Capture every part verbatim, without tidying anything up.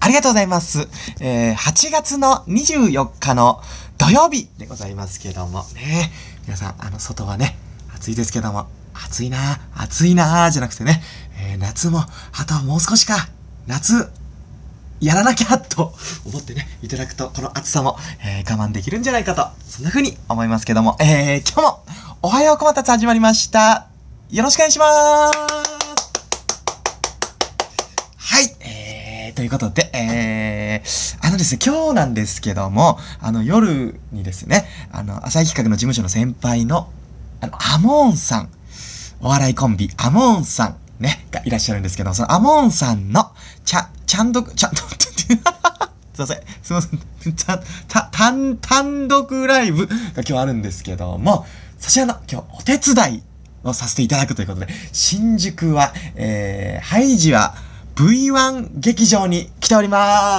ありがとうございます。えー、はちがつのにじゅうよっかの土曜日でございますけどもね。皆さん、あの、外はね、暑いですけども、暑いなぁ、暑いなぁ、じゃなくてね、えー、夏も、あともう少しか、夏、やらなきゃと思ってね、いただくと、この暑さも、えー、我慢できるんじゃないかと、そんな風に思いますけども、えー、今日も、おはようこまたつ始まりました。よろしくお願いしまーす。はい、えー、ということで、えー、あのですね、今日なんですけども、あの、夜にですね、あの、朝日企画の事務所の先輩の、あの、アモーンさん、お笑いコンビ、アモーンさん、ね、がいらっしゃるんですけど、そのアモーンさんの、ちゃ、ちゃんどく、ちゃんと、すいません、すいません、ちゃ、た、単、単独ライブが今日あるんですけども、そちらの今日お手伝いをさせていただくということで、新宿は、えー、ハイジは ブイワン 劇場に来ておりまー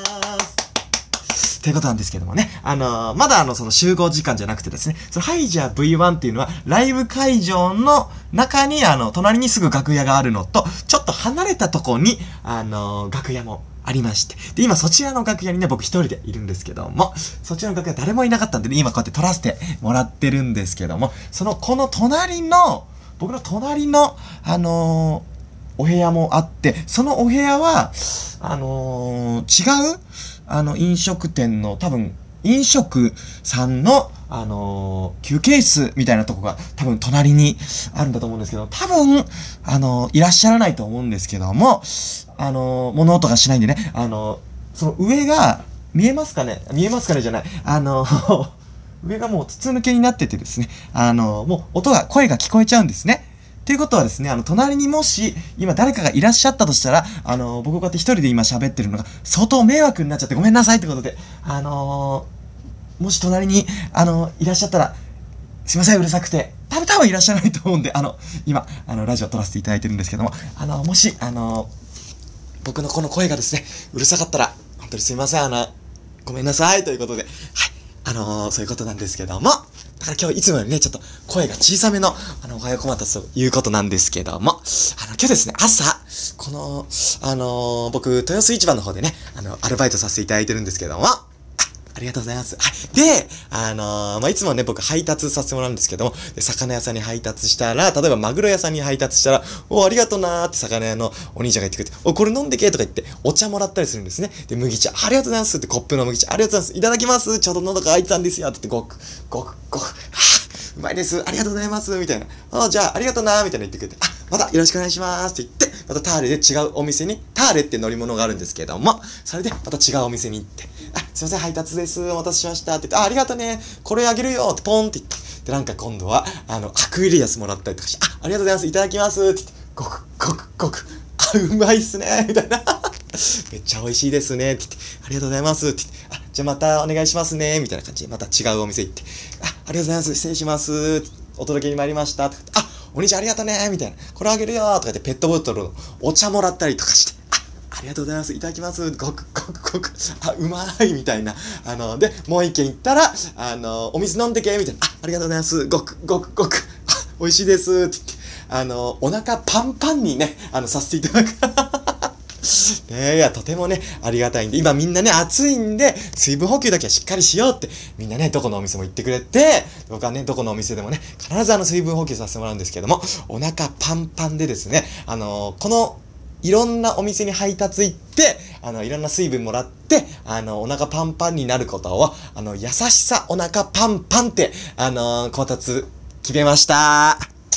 す。ということなんですけどもね、あのー、まだあの、その集合時間じゃなくてですね、そのハイジャー ブイワン っていうのは、ライブ会場の中に、あの、隣にすぐ楽屋があるのと、ちょっと離れたとこに、あのー、楽屋もありまして。で、今そちらの楽屋にね、僕一人でいるんですけども、そちらの楽屋誰もいなかったんでね、今こうやって撮らせてもらってるんですけども、その、この隣の、僕の隣の、あのー、お部屋もあって、そのお部屋は、あのー、違うあの、飲食店の、多分、飲食さんの、あのー、休憩室みたいなとこが多分隣にあるんだと思うんですけど、多分、あのー、いらっしゃらないと思うんですけども、あのー、物音がしないんでね、あのー、その上が、見えますかね見えますかねじゃない。あのー、上がもう筒抜けになっててですね、あのー、もう音が、声が聞こえちゃうんですね。っていうことはですね、あの、隣にもし、今誰かがいらっしゃったとしたら、あの、僕こうやって一人で今喋ってるのが、相当迷惑になっちゃってごめんなさいってことで、あのー、もし隣に、あのー、いらっしゃったら、すいません、うるさくて、多分多分いらっしゃらないと思うんで、あの、今、あの、ラジオ撮らせていただいてるんですけども、あの、もし、あのー、僕のこの声がですね、うるさかったら、本当にすいません、あの、ごめんなさい、ということで、はい、あのー、そういうことなんですけども、だから今日いつもよりね、ちょっと声が小さめの、あの、おはようこまたつということなんですけども、あの、今日ですね、朝、この、あのー、僕、豊洲市場の方でね、あの、アルバイトさせていただいてるんですけども、あ、ありがとうございます。はい。で、あのー、まあ、いつもね、僕配達させてもらうんですけども、で、魚屋さんに配達したら、例えばマグロ屋さんに配達したら、お、ありがとうなーって魚屋のお兄ちゃんが言ってくれて、お、これ飲んでけとか言って、お茶もらったりするんですね。で、麦茶、ありがとうございますってコップの麦茶、ありがとうございます。いただきます。ちょうど喉が開いてたんですよ。って言って、ごく、ごく、ごく、はぁ、うまいです。ありがとうございます。みたいな。あ、じゃあ、ありがとうなーみたいな言ってくれて、あ、またよろしくお願いしますって言って、またターレで違うお店に、ターレって乗り物があるんですけども、それでまた違うお店に行って、あ、すいません、配達です。お待たせしましたって言って、あ、ありがとうね。これあげるよってポンって言って、で、なんか今度は、あの、アクエリアスもらったりとかして、あ、ありがとうございます。いただきますって言って、ごく、ごく、ごく、あ、うまいっすねみたいな。めっちゃ美味しいですねって言って、ありがとうございますって言って、あ、じゃあまたお願いしますねみたいな感じで、また違うお店行って、あ、ありがとうございます。失礼しますお届けに参りましたって言って、あ、お兄ちゃんありがとうねみたいな。これあげるよとか言ってペットボトルのお茶もらったりとかして、あ、ありがとうございます。いただきます。ごく、ごく、ごく。あ、うまいみたいな。あの、で、もう一軒行ったら、あの、お水飲んでけみたいな。あ、ありがとうございます。ごく、ごく、ごく。あ、美味しいです。って言って、あの、お腹パンパンにね、あの、させていただく。ねえ、いや、とてもね、ありがたいんで、今みんなね、暑いんで、水分補給だけはしっかりしようって、みんなね、どこのお店も行ってくれて、僕はね、どこのお店でもね、必ずあの水分補給させてもらうんですけども、お腹パンパンでですね、あのー、この、いろんなお店に配達行って、あの、いろんな水分もらって、あの、お腹パンパンになることを、あの、優しさお腹パンパンって、あのー、考察決めました。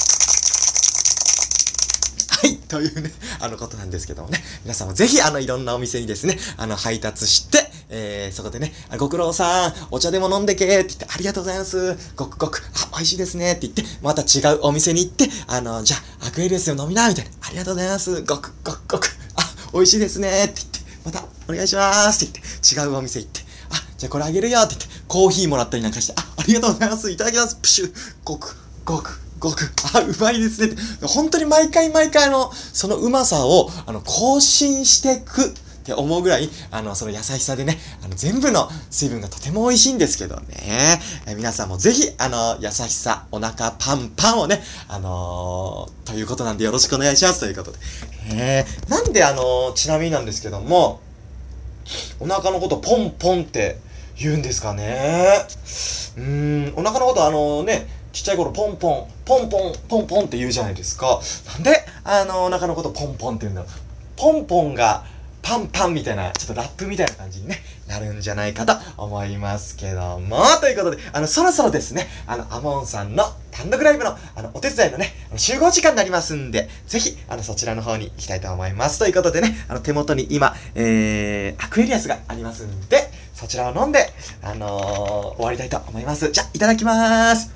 はい、というね、あのことなんですけどもね、皆さんもぜひあのいろんなお店にですね、あの配達して、えー、そこでね、ご苦労さん、お茶でも飲んでけーって言って、ありがとうございます、ごくごく、あ、美味しいですねって言って、また違うお店に行って、あの、じゃあ、アクエリアスを飲みなみたいな、ありがとうございます、ごくごくごく、あ、美味しいですねって言って、またお願いしますって言って、違うお店行って、あ、じゃあこれあげるよって言って、コーヒーもらったりなんかして、あ、ありがとうございます、いただきます、プシュ、ごくごく、ごく、あ、うまいですねって。本当に毎回毎回あの、そのうまさを、あの、更新していくって思うぐらい、あの、その優しさでね、あの、全部の水分がとても美味しいんですけどね。え皆さんもぜひ、あの、優しさ、お腹パンパンをね、あのー、ということなんでよろしくお願いしますということで。えー、なんであのー、ちなみになんですけども、 お腹のことポンポンって言うんですかね。うーん、お腹のことあのね、ちっちゃい頃ポンポン、ポンポン、ポンポンって言うじゃないですか。なんで、あの、お腹のことポンポンって言うんだろう。ポンポンがパンパンみたいな、ちょっとラップみたいな感じにね、なるんじゃないかと思いますけども。ということで、あの、そろそろですね、あの、アモンさんの単独ライブの、あの、お手伝いのね、集合時間になりますんで、ぜひ、あの、そちらの方に行きたいと思います。ということでね、あの、手元に今、えー、アクエリアスがありますんで、そちらを飲んで、あのー、終わりたいと思います。じゃ、いただきまーす。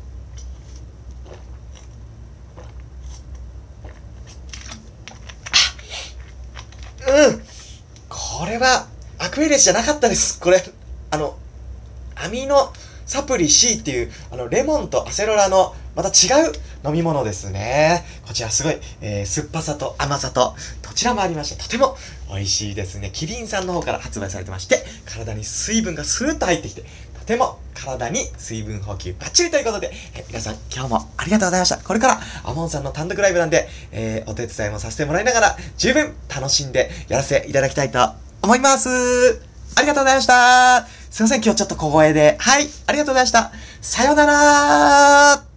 うん。これは、アクエリアスじゃなかったです。これ、あの、アミノサプリ C っていう、あの、レモンとアセロラの、また違う飲み物ですね。こちらすごい、えー、酸っぱさと甘さと、どちらもありまして、とても美味しいですね。キリンさんの方から発売されてまして、体に水分がスーッと入ってきて、とても体に水分補給バッチリということで、えー、皆さん今日もありがとうございました。これからアモンさんの単独ライブなんで、えー、お手伝いもさせてもらいながら、十分楽しんでやらせていただきたいと思います。ありがとうございました。すいません、今日ちょっと小声で。はい、ありがとうございました。さようなら。